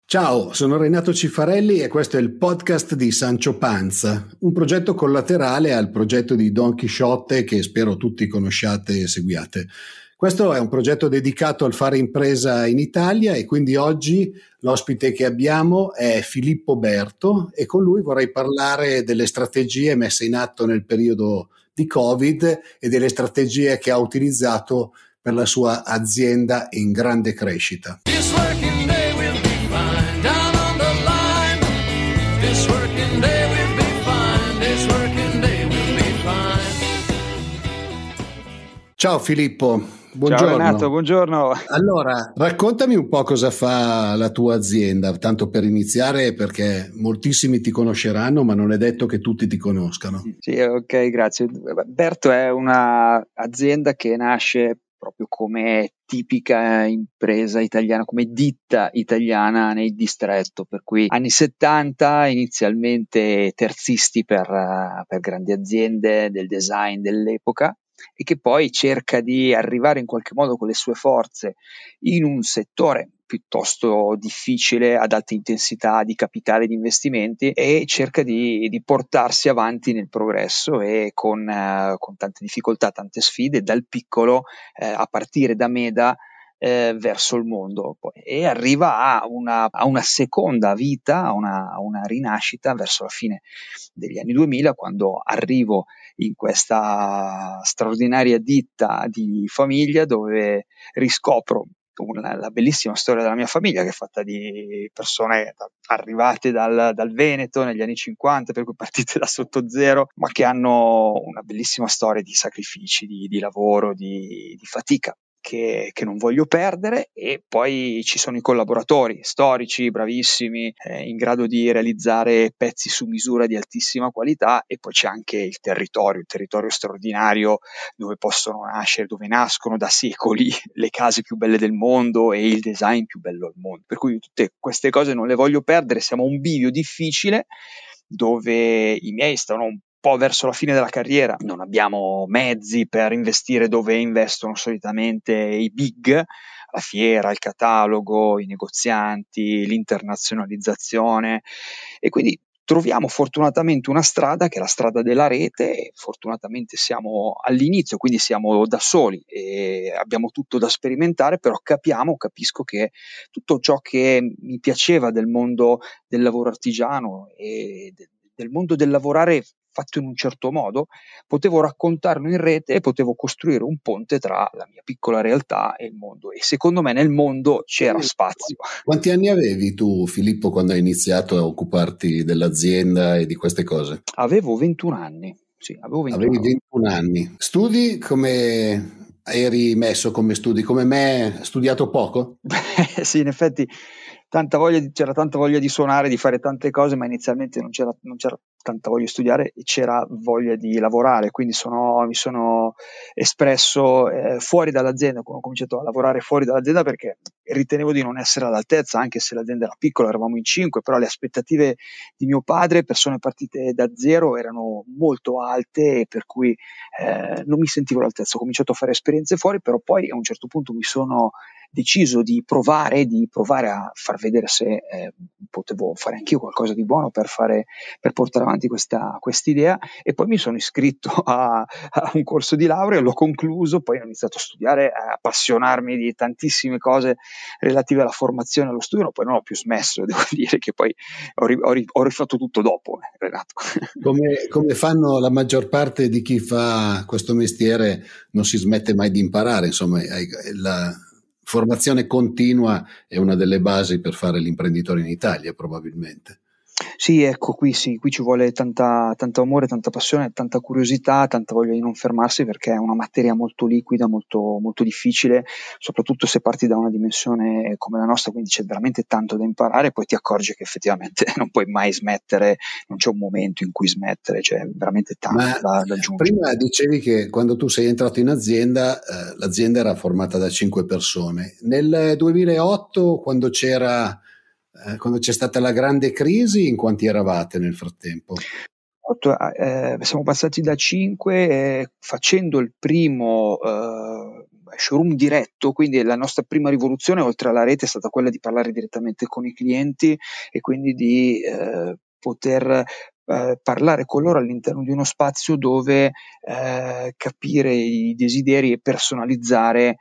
Ciao, sono Renato Cifarelli e questo è il podcast di Sancho Panza, un progetto collaterale al progetto di Don Chisciotte che spero tutti conosciate e seguiate. Questo è un progetto dedicato al fare impresa in Italia e quindi oggi l'ospite che abbiamo è Filippo Berto e con lui vorrei parlare delle strategie messe in atto nel periodo di Covid e delle strategie che ha utilizzato per la sua azienda in grande crescita. Ciao Filippo, buongiorno. Ciao Renato, buongiorno. Allora, raccontami un po' cosa fa la tua azienda, tanto per iniziare, perché moltissimi ti conosceranno, ma non è detto che tutti ti conoscano. Sì, ok, grazie. Berto è un'azienda che nasce proprio come tipica impresa italiana, come ditta italiana nel distretto, per cui anni 70 inizialmente terzisti per grandi aziende del design dell'epoca, e che poi cerca di arrivare in qualche modo con le sue forze in un settore piuttosto difficile, ad alta intensità di capitale di investimenti, e cerca di portarsi avanti nel progresso e con tante difficoltà, tante sfide, dal piccolo a partire da Meda verso il mondo, e arriva a una seconda vita, a una rinascita verso la fine degli anni 2000, quando arrivo in questa straordinaria ditta di famiglia dove riscopro la bellissima storia della mia famiglia, che è fatta di persone arrivate dal Veneto negli anni 50, per cui partite da sotto zero, ma che hanno una bellissima storia di sacrifici, di lavoro, di fatica che non voglio perdere. E poi ci sono i collaboratori storici, bravissimi, in grado di realizzare pezzi su misura di altissima qualità, e poi c'è anche il territorio straordinario dove possono nascere, dove nascono da secoli le case più belle del mondo e il design più bello al mondo. Per cui tutte queste cose non le voglio perdere. Siamo a un bivio difficile dove i miei stanno un po' verso la fine della carriera, non abbiamo mezzi per investire dove investono solitamente i big, la fiera, il catalogo, i negozianti, l'internazionalizzazione, e quindi troviamo fortunatamente una strada che è la strada della rete, e fortunatamente siamo all'inizio, quindi siamo da soli e abbiamo tutto da sperimentare, però capisco che tutto ciò che mi piaceva del mondo del lavoro artigiano e del mondo del lavorare fatto in un certo modo, potevo raccontarlo in rete e potevo costruire un ponte tra la mia piccola realtà e il mondo, e secondo me nel mondo c'era spazio. Quanti anni avevi tu, Filippo, quando hai iniziato a occuparti dell'azienda e di queste cose? Avevo 21 anni. Sì, avevo 21 Avevi anni. 21 anni. Studi come eri messo come studi? Come me, hai studiato poco? Sì, in effetti c'era tanta voglia di suonare, di fare tante cose, ma inizialmente non c'era tanta voglia di studiare e c'era voglia di lavorare, quindi mi sono espresso fuori dall'azienda. Ho cominciato a lavorare fuori dall'azienda perché ritenevo di non essere all'altezza, anche se l'azienda era piccola, eravamo in 5, però le aspettative di mio padre, persone partite da zero, erano molto alte, e per cui non mi sentivo all'altezza. Ho cominciato a fare esperienze fuori, però poi a un certo punto mi sono deciso di provare a far vedere se potevo fare anch'io qualcosa di buono per portare avanti questa idea, e poi mi sono iscritto a un corso di laurea, l'ho concluso, poi ho iniziato a studiare, a appassionarmi di tantissime cose relative alla formazione e allo studio, poi non ho più smesso. Devo dire che poi ho rifatto tutto dopo, Renato. Come fanno la maggior parte di chi fa questo mestiere, non si smette mai di imparare, insomma, la formazione continua è una delle basi per fare l'imprenditore in Italia, probabilmente. Sì, ecco, qui ci vuole tanto amore, tanta passione, tanta curiosità, tanta voglia di non fermarsi, perché è una materia molto liquida, molto, molto difficile, soprattutto se parti da una dimensione come la nostra, quindi c'è veramente tanto da imparare, poi ti accorgi che effettivamente non puoi mai smettere, non c'è un momento in cui smettere, c'è veramente tanto da aggiungere. Prima dicevi che quando tu sei entrato in azienda, l'azienda era formata da 5 persone. Nel 2008, quando c'è stata la grande crisi, in quanti eravate nel frattempo? Siamo passati da 5, facendo il primo showroom diretto, quindi la nostra prima rivoluzione oltre alla rete è stata quella di parlare direttamente con i clienti e quindi di poter parlare con loro all'interno di uno spazio dove capire i desideri e personalizzare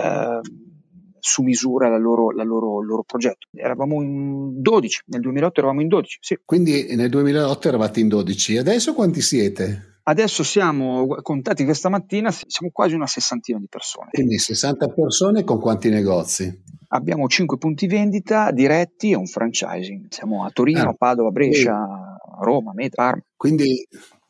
su misura il loro progetto. Eravamo in 12, nel 2008 eravamo in 12, sì. Quindi nel 2008 eravate in 12, adesso quanti siete? Adesso siamo, contati questa mattina, siamo quasi una sessantina di persone. Quindi 60 persone con quanti negozi? Abbiamo 5 punti vendita diretti e un franchising. Siamo a Torino, Padova, Brescia, Roma, Parma. Quindi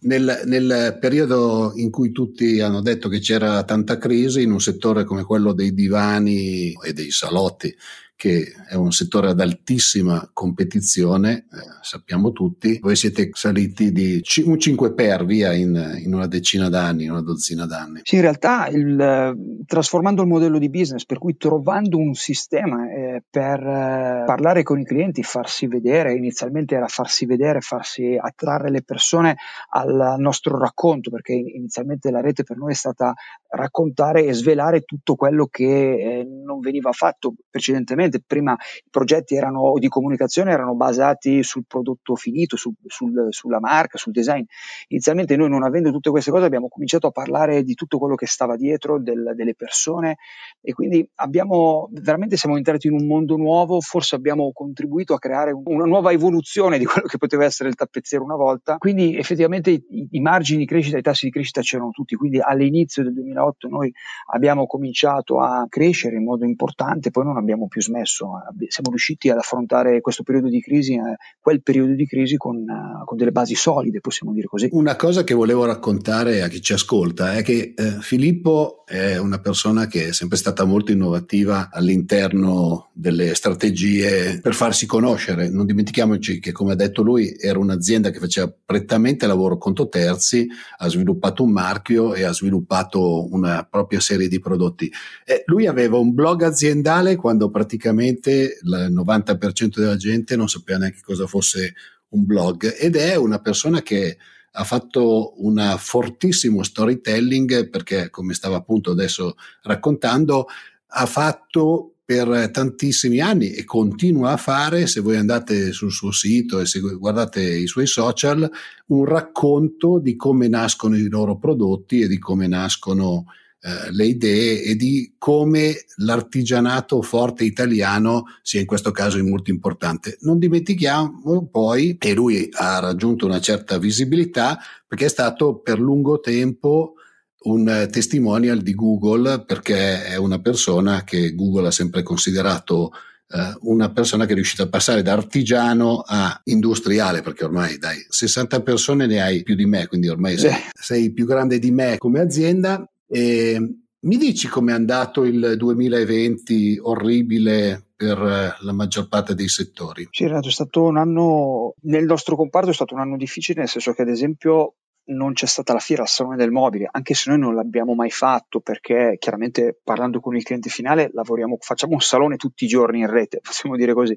nel periodo in cui tutti hanno detto che c'era tanta crisi in un settore come quello dei divani e dei salotti, che è un settore ad altissima competizione, sappiamo tutti, voi siete saliti di un 5 per via in una decina d'anni, una dozzina d'anni. Sì, in realtà trasformando il modello di business, per cui trovando un sistema per parlare con i clienti, farsi vedere, inizialmente era farsi vedere, farsi attrarre le persone al nostro racconto, perché inizialmente la rete per noi è stata raccontare e svelare tutto quello che non veniva fatto precedentemente. Prima i progetti di comunicazione erano basati sul prodotto finito, sulla marca, sul design. Inizialmente noi, non avendo tutte queste cose, abbiamo cominciato a parlare di tutto quello che stava dietro, delle persone, e quindi siamo entrati in un mondo nuovo. Forse abbiamo contribuito a creare una nuova evoluzione di quello che poteva essere il tappezziere una volta. Quindi effettivamente i margini di crescita, i tassi di crescita c'erano tutti, quindi all'inizio del 2008 noi abbiamo cominciato a crescere in modo importante, poi non abbiamo più smesso, siamo riusciti ad affrontare questo periodo di crisi, quel periodo di crisi con delle basi solide, possiamo dire così. Una cosa che volevo raccontare a chi ci ascolta è che Filippo è una persona che è sempre stata molto innovativa all'interno delle strategie per farsi conoscere. Non dimentichiamoci che, come ha detto lui, era un'azienda che faceva prettamente lavoro conto terzi, ha sviluppato un marchio e ha sviluppato una propria serie di prodotti. Lui aveva un blog aziendale quando praticamente il 90% della gente non sapeva neanche cosa fosse un blog, ed è una persona che ha fatto un fortissimo storytelling, perché, come stava appunto adesso raccontando, ha fatto per tantissimi anni e continua a fare, se voi andate sul suo sito e se guardate i suoi social, un racconto di come nascono i loro prodotti e di come nascono le idee e di come l'artigianato forte italiano sia in questo caso molto importante. Non dimentichiamo poi che lui ha raggiunto una certa visibilità perché è stato per lungo tempo un testimonial di Google, perché è una persona che Google ha sempre considerato una persona che è riuscita a passare da artigiano a industriale, perché ormai 60 persone ne hai più di me, quindi ormai sei più grande di me come azienda. E mi dici com'è andato il 2020 orribile per la maggior parte dei settori? Sì, Renato, è stato un anno, nel nostro comparto è stato un anno difficile, nel senso che ad esempio non c'è stata la fiera al Salone del Mobile, anche se noi non l'abbiamo mai fatto, perché chiaramente parlando con il cliente finale facciamo un salone tutti i giorni in rete, possiamo dire così,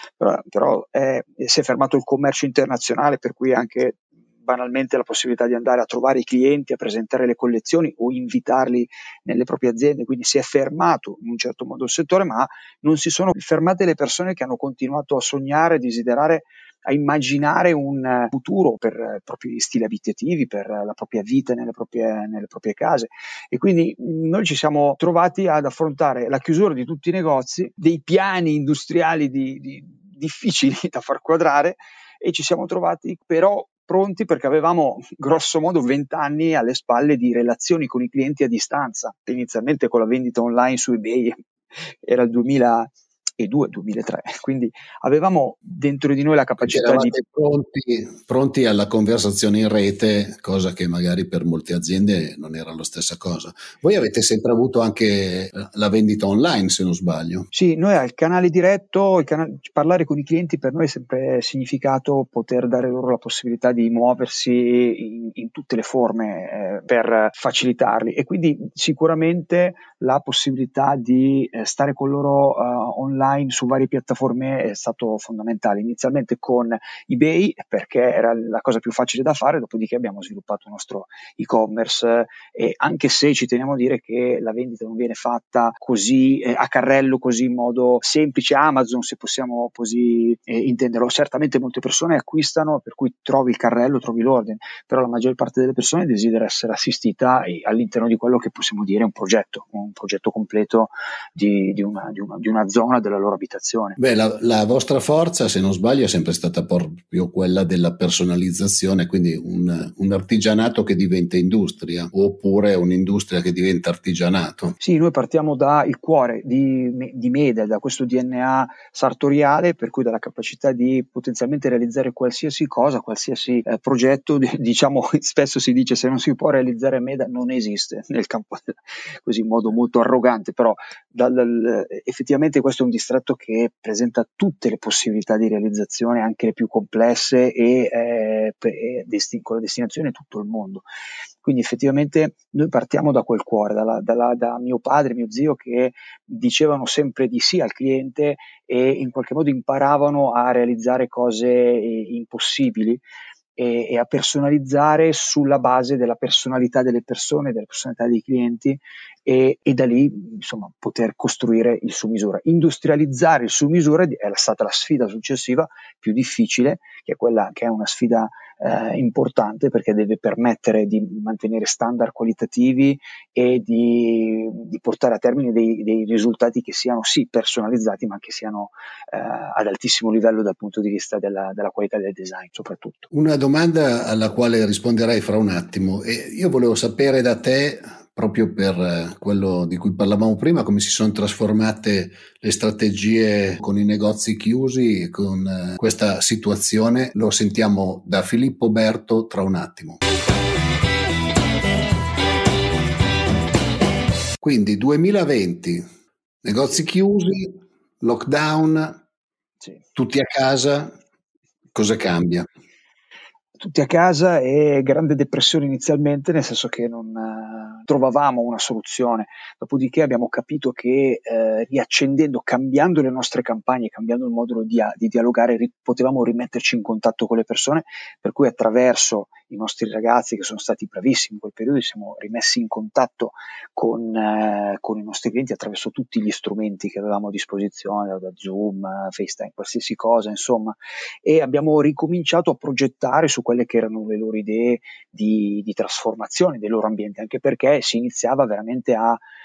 però si è fermato il commercio internazionale, per cui anche banalmente la possibilità di andare a trovare i clienti, a presentare le collezioni o invitarli nelle proprie aziende, quindi si è fermato in un certo modo il settore, ma non si sono fermate le persone che hanno continuato a sognare, a desiderare, a immaginare un futuro per i propri stili abitativi, per la propria vita nelle proprie case. E quindi noi ci siamo trovati ad affrontare la chiusura di tutti i negozi, dei piani industriali difficili da far quadrare, e ci siamo trovati però pronti, perché avevamo grosso modo 20 anni alle spalle di relazioni con i clienti a distanza, inizialmente con la vendita online su eBay, era il 2002-2003, quindi avevamo dentro di noi la capacità di... Eravate pronti alla conversazione in rete, cosa che magari per molte aziende non era la stessa cosa. Voi avete sempre avuto anche la vendita online, se non sbaglio. Sì, noi al canale diretto, parlare con i clienti per noi è sempre significato poter dare loro la possibilità di muoversi in tutte le forme per facilitarli, e quindi sicuramente la possibilità di stare con loro online online su varie piattaforme è stato fondamentale. Inizialmente con eBay, perché era la cosa più facile da fare, dopodiché abbiamo sviluppato il nostro e-commerce, e anche se ci teniamo a dire che la vendita non viene fatta così a carrello, così in modo semplice, Amazon, se possiamo così intenderlo. Certamente molte persone acquistano, per cui trovi il carrello, trovi l'ordine, però la maggior parte delle persone desidera essere assistita all'interno di quello che possiamo dire un progetto completo di una zona della loro abitazione. Beh, la vostra forza, se non sbaglio, è sempre stata proprio quella della personalizzazione, quindi un artigianato che diventa industria, oppure un'industria che diventa artigianato. Sì, noi partiamo dal cuore di Meda, da questo DNA sartoriale, per cui dalla capacità di potenzialmente realizzare qualsiasi cosa, qualsiasi progetto. Diciamo, spesso si dice, se non si può realizzare Meda non esiste nel campo, così in modo molto arrogante, però effettivamente questo è un distretto che presenta tutte le possibilità di realizzazione, anche le più complesse, e con la destinazione tutto il mondo. Quindi effettivamente noi partiamo da quel cuore, da mio padre, mio zio, che dicevano sempre di sì al cliente e in qualche modo imparavano a realizzare cose impossibili e a personalizzare sulla base della personalità delle persone, della personalità dei clienti, e da lì insomma poter costruire il su misura. Industrializzare il su misura è stata la sfida successiva più difficile, che è quella che è una sfida importante, perché deve permettere di mantenere standard qualitativi e di portare a termine dei risultati che siano sì personalizzati, ma che siano ad altissimo livello dal punto di vista della qualità del design soprattutto. Una domanda alla quale risponderai fra un attimo, e io volevo sapere da te, proprio per quello di cui parlavamo prima, come si sono trasformate le strategie con i negozi chiusi, con questa situazione. Lo sentiamo da Filippo Berto tra un attimo. Quindi 2020, negozi chiusi, lockdown, Sì. Tutti a casa, cosa cambia? Tutti a casa e grande depressione inizialmente, nel senso che non trovavamo una soluzione. Dopodiché abbiamo capito che riaccendendo, cambiando le nostre campagne, cambiando il modo di dialogare, potevamo rimetterci in contatto con le persone, per cui attraverso i nostri ragazzi, che sono stati bravissimi in quel periodo, siamo rimessi in contatto con i nostri clienti attraverso tutti gli strumenti che avevamo a disposizione, da Zoom, FaceTime, qualsiasi cosa, insomma, e abbiamo ricominciato a progettare su quelle che erano le loro idee di trasformazione dei loro ambienti, anche perché si iniziava veramente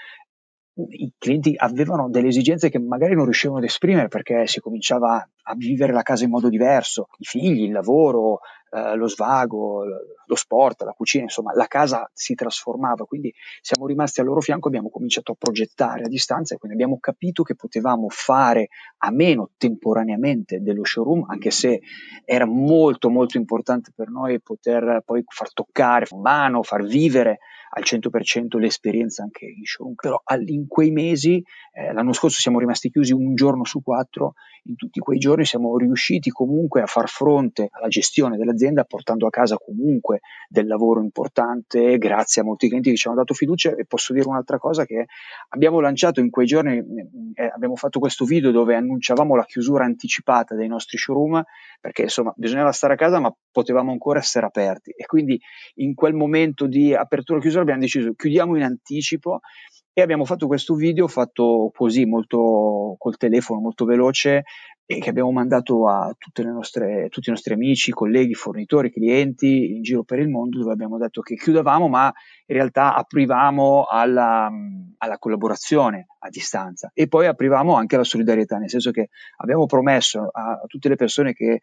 i clienti avevano delle esigenze che magari non riuscivano ad esprimere, perché si cominciava a vivere la casa in modo diverso, i figli, il lavoro, lo svago, lo sport, la cucina, insomma la casa si trasformava, quindi siamo rimasti al loro fianco, abbiamo cominciato a progettare a distanza, e quindi abbiamo capito che potevamo fare a meno temporaneamente dello showroom, anche se era molto molto importante per noi poter poi far toccare mano, far vivere al 100% l'esperienza anche in showroom. Però in quei mesi, l'anno scorso siamo rimasti chiusi un giorno su 4, in tutti quei giorni siamo riusciti comunque a far fronte alla gestione dell'azienda, portando a casa comunque del lavoro importante, grazie a molti clienti che ci hanno dato fiducia. E posso dire un'altra cosa, che abbiamo lanciato in quei giorni, abbiamo fatto questo video dove annunciavamo la chiusura anticipata dei nostri showroom, perché insomma bisognava stare a casa ma potevamo ancora essere aperti, e quindi in quel momento di apertura e chiusura abbiamo deciso chiudiamo in anticipo, e abbiamo fatto questo video fatto così molto col telefono, molto veloce, e che abbiamo mandato a tutti i nostri amici, colleghi, fornitori, clienti in giro per il mondo, dove abbiamo detto che chiudevamo ma in realtà aprivamo alla collaborazione a distanza, e poi aprivamo anche alla solidarietà, nel senso che abbiamo promesso a tutte le persone che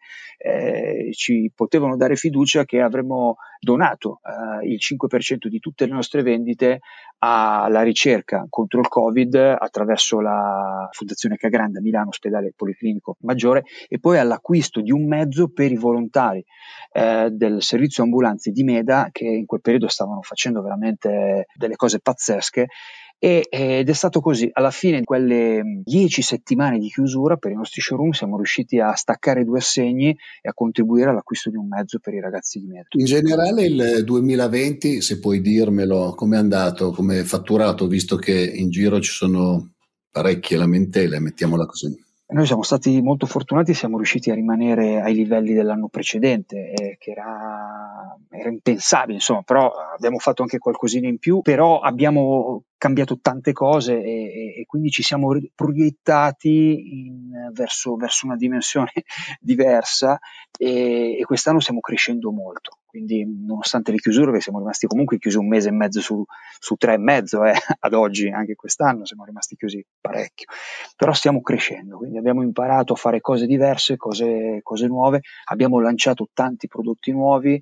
ci potevano dare fiducia che avremmo donato il 5% di tutte le nostre vendite alla ricerca contro il Covid attraverso la Fondazione Cagranda Milano Ospedale Policlinico Maggiore, e poi all'acquisto di un mezzo per i volontari del servizio ambulanze di Meda, che in quel periodo stavano facendo veramente delle cose pazzesche. Ed è stato così. Alla fine, in quelle 10 settimane di chiusura per i nostri showroom, siamo riusciti a staccare 2 assegni e a contribuire all'acquisto di un mezzo per i ragazzi di Meda. In generale il 2020, se puoi dirmelo, come è andato, come è fatturato, visto che in giro ci sono parecchie lamentele, mettiamola così. Noi siamo stati molto fortunati, siamo riusciti a rimanere ai livelli dell'anno precedente, che era impensabile, insomma, però abbiamo fatto anche qualcosina in più, però abbiamo cambiato tante cose e quindi ci siamo proiettati verso una dimensione diversa e quest'anno stiamo crescendo molto. Quindi, nonostante le chiusure, che siamo rimasti comunque chiusi 1 mese e mezzo su 3 e mezzo, ad oggi, anche quest'anno siamo rimasti chiusi parecchio, però stiamo crescendo, quindi abbiamo imparato a fare cose diverse, cose nuove, abbiamo lanciato tanti prodotti nuovi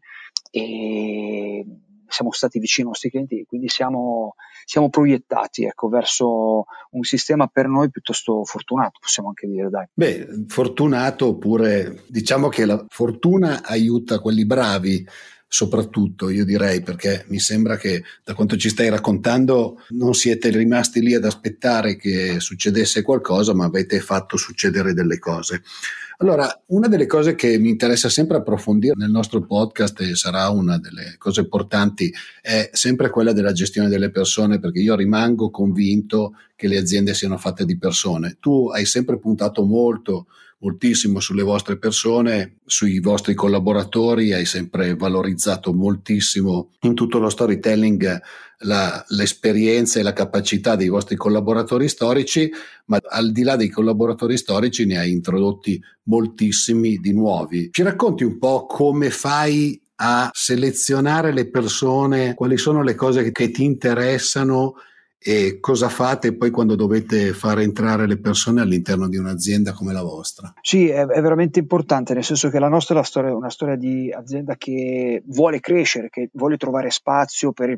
e siamo stati vicini ai nostri clienti, quindi siamo proiettati, ecco, verso un sistema per noi piuttosto fortunato, possiamo anche dire, dai. Beh, fortunato, oppure diciamo che la fortuna aiuta quelli bravi, soprattutto io direi, perché mi sembra che da quanto ci stai raccontando non siete rimasti lì ad aspettare che succedesse qualcosa, ma avete fatto succedere delle cose. Allora, una delle cose che mi interessa sempre approfondire nel nostro podcast, e sarà una delle cose importanti, è sempre quella della gestione delle persone, perché io rimango convinto che le aziende siano fatte di persone. Tu hai sempre puntato moltissimo sulle vostre persone, sui vostri collaboratori, hai sempre valorizzato moltissimo in tutto lo storytelling l'esperienza e la capacità dei vostri collaboratori storici, ma al di là dei collaboratori storici ne hai introdotti moltissimi di nuovi. Ci racconti un po' come fai a selezionare le persone, quali sono le cose che ti interessano e cosa fate poi quando dovete far entrare le persone all'interno di un'azienda come la vostra? Sì, è veramente importante, nel senso che la nostra è una storia di azienda che vuole crescere, che vuole trovare spazio per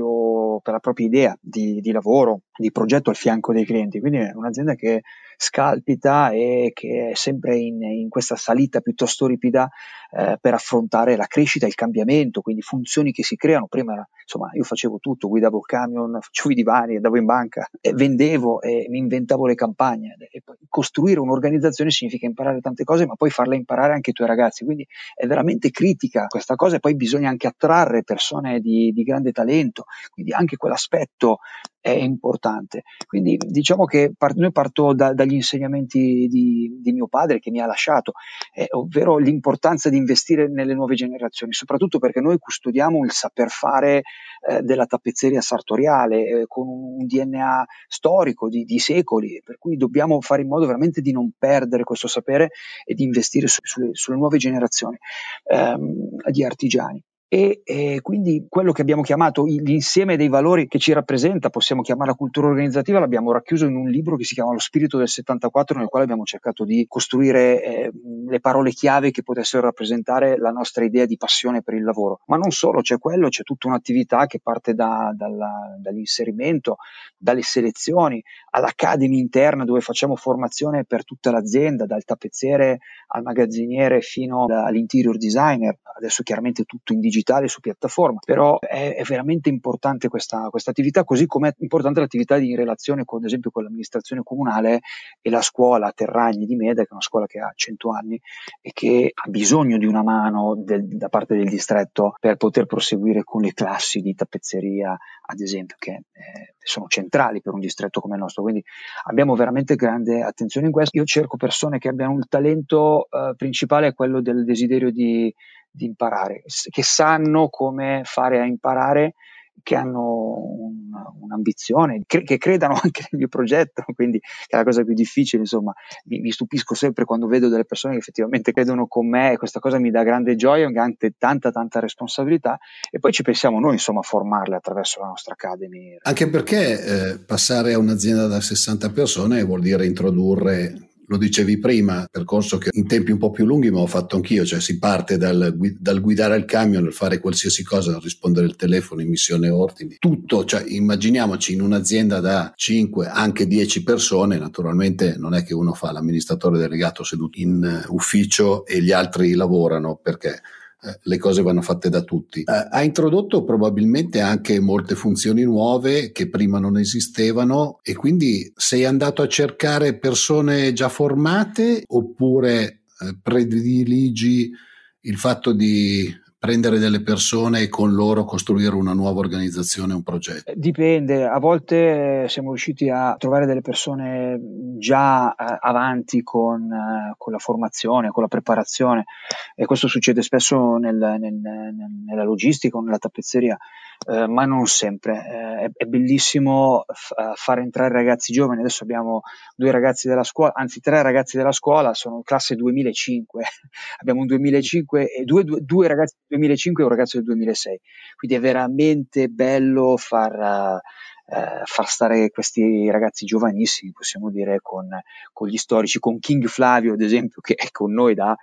la propria idea di lavoro, di progetto al fianco dei clienti. Quindi è un'azienda che scalpita e che è sempre in questa salita piuttosto ripida per affrontare la crescita e il cambiamento, quindi funzioni che si creano. Prima, insomma, io facevo tutto, guidavo il camion, facevo i divani, andavo in banca, vendevo e mi inventavo le campagne. E poi costruire un'organizzazione significa imparare tante cose, ma poi farle imparare anche ai tuoi ragazzi. Quindi è veramente critica questa cosa, e poi bisogna anche attrarre persone di grande talento, quindi anche quell'aspetto è importante. Quindi diciamo che noi parto dagli insegnamenti di mio padre, che mi ha lasciato, ovvero l'importanza di investire nelle nuove generazioni, soprattutto perché noi custodiamo il saper fare della tappezzeria sartoriale, con un DNA storico di secoli, per cui dobbiamo fare in modo veramente di non perdere questo sapere e di investire sulle nuove generazioni di artigiani. E quindi quello che abbiamo chiamato l'insieme dei valori che ci rappresenta, possiamo chiamarla cultura organizzativa, l'abbiamo racchiuso in un libro che si chiama Lo spirito del 74, nel quale abbiamo cercato di costruire le parole chiave che potessero rappresentare la nostra idea di passione per il lavoro. Ma non solo, c'è tutta un'attività che parte dall'inserimento, dalle selezioni, all'academy interna, dove facciamo formazione per tutta l'azienda, dal tappezziere al magazziniere fino all'interior designer. Adesso chiaramente tutto in digitale su piattaforma, però è veramente importante questa attività, così come è importante l'attività in relazione con, ad esempio, con l'amministrazione comunale e la scuola Terragni di Meda, che è una scuola che ha 100 anni e che ha bisogno di una mano da parte del distretto per poter proseguire con le classi di tappezzeria, ad esempio, che sono centrali per un distretto come il nostro. Quindi abbiamo veramente grande attenzione in questo. Io cerco persone che abbiano il talento principale, è quello del desiderio di imparare, che sanno come fare a imparare, che hanno un'ambizione, che credano anche nel mio progetto, quindi è la cosa più difficile. Insomma, mi stupisco sempre quando vedo delle persone che effettivamente credono con me, e questa cosa mi dà grande gioia, anche tanta responsabilità, e poi ci pensiamo noi, insomma, a formarle attraverso la nostra Academy. Anche perché passare a un'azienda da 60 persone vuol dire introdurre, lo dicevi prima, percorso che in tempi un po' più lunghi ma ho fatto anch'io, cioè si parte dal guidare il camion, fare qualsiasi cosa, rispondere al telefono, in missione ordini, tutto, cioè immaginiamoci in un'azienda da 5, anche 10 persone, naturalmente non è che uno fa l'amministratore delegato seduto in ufficio e gli altri lavorano, perché le cose vanno fatte da tutti. Ha introdotto probabilmente anche molte funzioni nuove che prima non esistevano, e quindi sei andato a cercare persone già formate oppure prediligi il fatto di prendere delle persone e con loro costruire una nuova organizzazione, un progetto? Dipende, a volte siamo riusciti a trovare delle persone già avanti con la formazione, con la preparazione, e questo succede spesso nella logistica o nella tappezzeria, ma non sempre. È bellissimo far entrare ragazzi giovani. Adesso abbiamo 3 ragazzi della scuola, sono classe 2005. Abbiamo un 2005 e due ragazzi del 2005 e un ragazzo del 2006. Quindi è veramente bello far stare questi ragazzi giovanissimi, possiamo dire, con gli storici, con King Flavio ad esempio, che è con noi da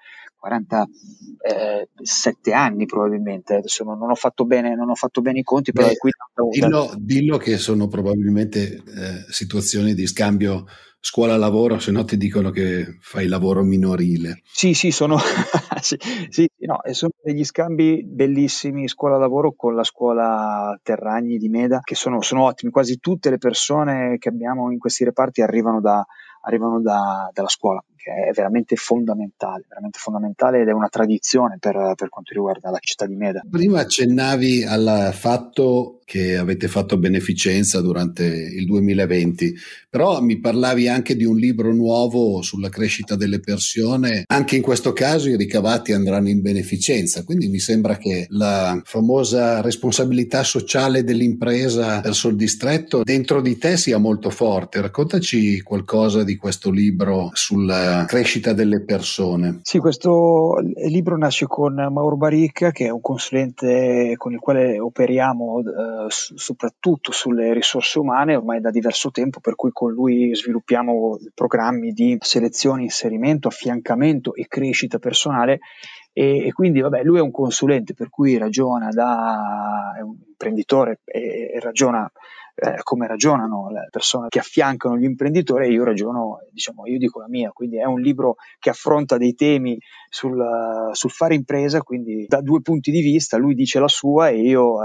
47 anni probabilmente. Adesso non ho fatto bene i conti, però Beh, è qui dillo che sono probabilmente situazioni di scambio scuola-lavoro, se no ti dicono che fai lavoro minorile. Sì, sono sì, no, e sono degli scambi bellissimi, scuola-lavoro con la scuola Terragni di Meda, che sono ottimi. Quasi tutte le persone che abbiamo in questi reparti arrivano dalla scuola, che è veramente fondamentale ed è una tradizione per quanto riguarda la città di Meda. Prima accennavi al fatto che avete fatto beneficenza durante il 2020, però mi parlavi anche di un libro nuovo sulla crescita delle persone. Anche in questo caso i ricavati andranno in beneficenza, quindi mi sembra che la famosa responsabilità sociale dell'impresa verso il distretto dentro di te sia molto forte. Raccontaci qualcosa di questo libro sulla crescita delle persone. Sì, questo libro nasce con Mauro Baricca, che è un consulente con il quale operiamo soprattutto sulle risorse umane ormai da diverso tempo, per cui con lui sviluppiamo programmi di selezione, inserimento, affiancamento e crescita personale. E quindi lui è un consulente, per cui è un imprenditore e ragiona come ragionano le persone che affiancano gli imprenditori, e io ragiono, io dico la mia. Quindi è un libro che affronta dei temi sul fare impresa, quindi da due punti di vista. Lui dice la sua e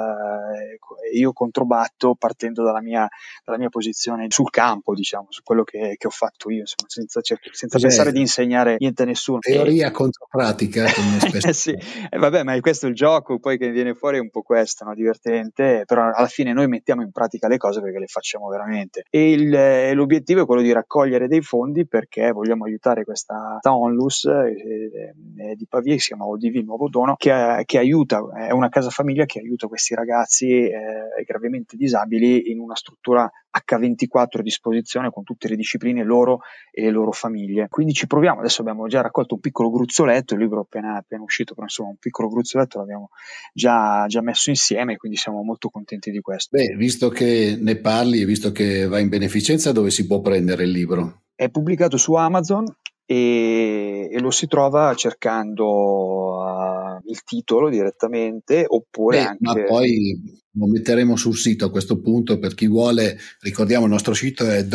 io controbatto partendo dalla mia posizione sul campo, su quello che ho fatto io, insomma, senza pensare di insegnare niente a nessuno. Teoria contro pratica, come spesso. Sì, ma questo è il gioco poi che viene fuori, è un po' questo, no? Divertente, però alla fine noi mettiamo in pratica le cose perché le facciamo veramente. E l'obiettivo è quello di raccogliere dei fondi, perché vogliamo aiutare questa onlus di Pavia, che si chiama ODV Nuovo Dono, che aiuta, è una casa famiglia che aiuta questi ragazzi gravemente disabili in una struttura H24 a disposizione con tutte le discipline loro e le loro famiglie. Quindi ci proviamo. Adesso abbiamo già raccolto un piccolo gruzzoletto, il libro appena uscito, però insomma un piccolo gruzzoletto l'abbiamo già messo insieme, quindi siamo molto contenti di questo. Beh, visto che ne parli e visto che va in beneficenza, dove si può prendere il libro? È pubblicato su Amazon e lo si trova cercando il titolo direttamente, oppure anche... Ma poi lo metteremo sul sito a questo punto per chi vuole. Ricordiamo, il nostro sito è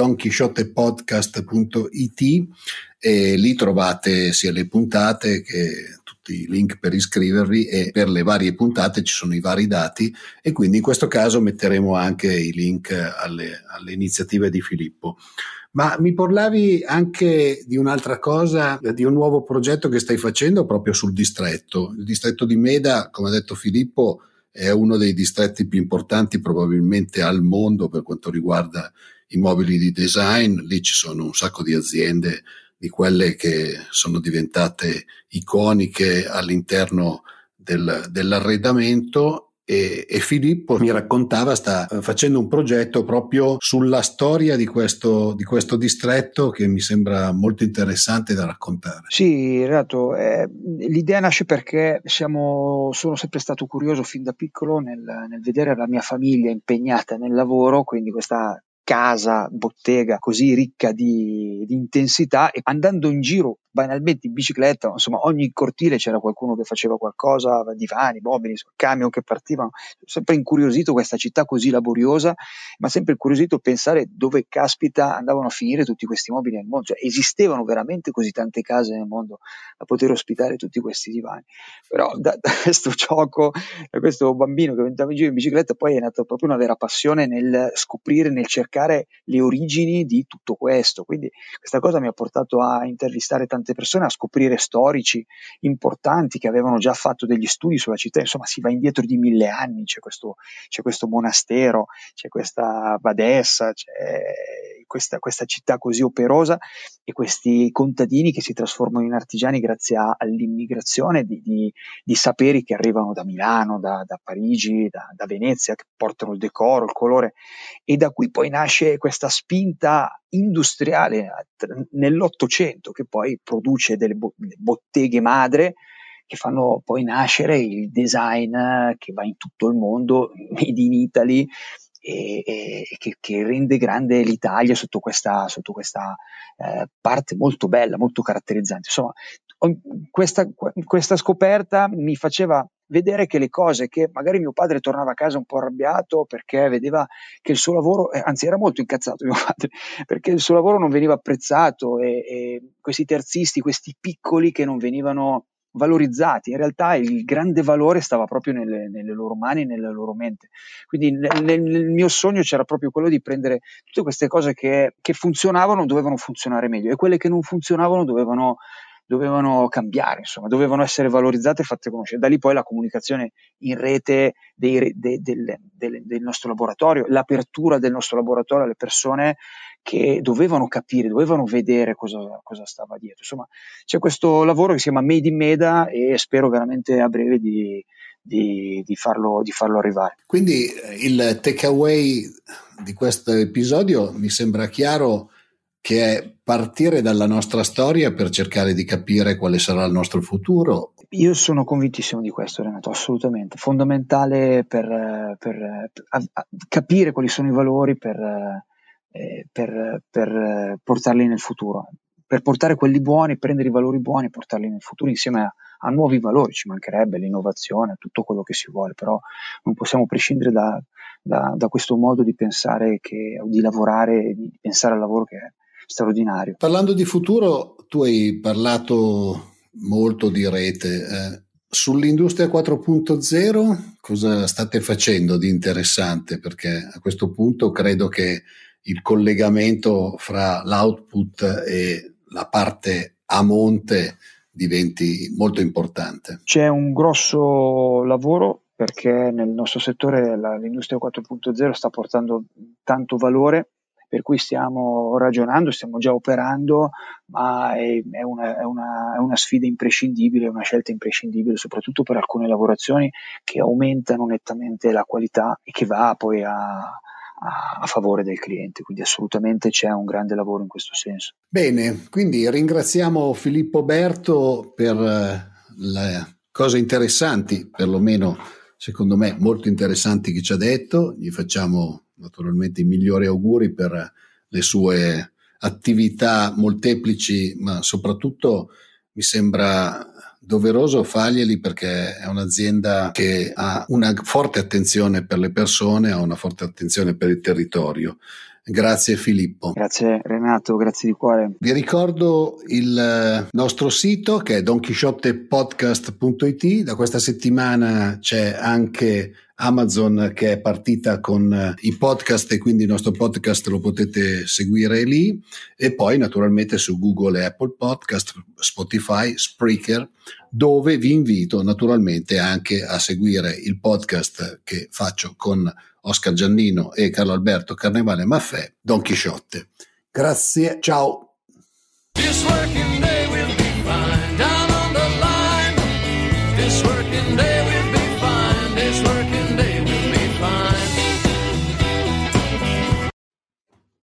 donchisciottepodcast.it e lì trovate sia le puntate che tutti i link per iscrivervi, e per le varie puntate ci sono i vari dati, e quindi in questo caso metteremo anche i link alle iniziative di Filippo. Ma mi parlavi anche di un'altra cosa, di un nuovo progetto che stai facendo proprio sul distretto. Il distretto di Meda, come ha detto Filippo, è uno dei distretti più importanti probabilmente al mondo per quanto riguarda i mobili di design. Lì ci sono un sacco di aziende, di quelle che sono diventate iconiche all'interno dell'arredamento. E Filippo mi raccontava, sta facendo un progetto proprio sulla storia di questo distretto, che mi sembra molto interessante da raccontare. Sì, Renato, l'idea nasce perché sono sempre stato curioso fin da piccolo nel vedere la mia famiglia impegnata nel lavoro, quindi questa casa, bottega così ricca di intensità, e andando in giro banalmente in bicicletta, insomma ogni cortile c'era qualcuno che faceva qualcosa, divani, mobili, camion che partivano. Sempre incuriosito questa città così laboriosa, ma sempre incuriosito pensare dove caspita andavano a finire tutti questi mobili nel mondo. Cioè, esistevano veramente così tante case nel mondo da poter ospitare tutti questi divani? Però da questo gioco, da questo bambino che andava in giro in bicicletta, poi è nata proprio una vera passione nel scoprire, nel cercare cercare le origini di tutto questo. Quindi questa cosa mi ha portato a intervistare tante persone, a scoprire storici importanti che avevano già fatto degli studi sulla città. Insomma, si va indietro di 1000 anni, c'è questo monastero, c'è questa badessa, c'è questa città così operosa e questi contadini che si trasformano in artigiani grazie all'immigrazione di saperi che arrivano da Milano, da Parigi, da Venezia, che portano il decoro, il colore, e da cui poi nasce questa spinta industriale nell'Ottocento che poi produce delle botteghe madre che fanno poi nascere il design che va in tutto il mondo, made in Italy, e che rende grande l'Italia sotto questa parte molto bella, molto caratterizzante. Insomma, questa scoperta mi faceva vedere che le cose, che magari mio padre tornava a casa un po' arrabbiato perché vedeva che il suo lavoro, anzi era molto incazzato mio padre, perché il suo lavoro non veniva apprezzato, e questi terzisti, questi piccoli che non venivano valorizzati, in realtà il grande valore stava proprio nelle loro mani e nella loro mente. Quindi nel mio sogno c'era proprio quello di prendere tutte queste cose che funzionavano, dovevano funzionare meglio, e quelle che non funzionavano dovevano cambiare, insomma, dovevano essere valorizzate e fatte conoscere. Da lì poi la comunicazione in rete del nostro laboratorio, l'apertura del nostro laboratorio alle persone che dovevano capire, dovevano vedere cosa stava dietro. Insomma, c'è questo lavoro che si chiama Made in Meda e spero veramente a breve di farlo arrivare. Quindi il takeaway di questo episodio mi sembra chiaro, che è partire dalla nostra storia per cercare di capire quale sarà il nostro futuro. Io sono convintissimo di questo, Renato, assolutamente. Fondamentale per capire quali sono i valori per portarli nel futuro, per portare quelli buoni, prendere i valori buoni e portarli nel futuro insieme a nuovi valori. Ci mancherebbe l'innovazione, tutto quello che si vuole, però non possiamo prescindere da questo modo di pensare, di lavorare, di pensare al lavoro, che è straordinario. Parlando di futuro, tu hai parlato molto di rete. Sull'industria 4.0 cosa state facendo di interessante? Perché a questo punto credo che il collegamento fra l'output e la parte a monte diventi molto importante. C'è un grosso lavoro perché nel nostro settore l'industria 4.0 sta portando tanto valore, per cui stiamo ragionando, stiamo già operando, ma è una sfida imprescindibile, una scelta imprescindibile, soprattutto per alcune lavorazioni che aumentano nettamente la qualità e che va poi a favore del cliente. Quindi assolutamente c'è un grande lavoro in questo senso. Bene, quindi ringraziamo Filippo Berto per le cose interessanti, perlomeno secondo me molto interessanti, che ci ha detto. Gli facciamo naturalmente i migliori auguri per le sue attività molteplici, ma soprattutto mi sembra doveroso farglieli, perché è un'azienda che ha una forte attenzione per le persone, ha una forte attenzione per il territorio. Grazie Filippo. Grazie Renato, grazie di cuore. Vi ricordo il nostro sito, che è donkeyshotepodcast.it. Da questa settimana c'è anche Amazon che è partita con i podcast, e quindi il nostro podcast lo potete seguire lì, e poi naturalmente su Google e Apple Podcast, Spotify, Spreaker, dove vi invito naturalmente anche a seguire il podcast che faccio con Oscar Giannino e Carlo Alberto Carnevale Maffè, Don Chisciotte. Grazie, ciao.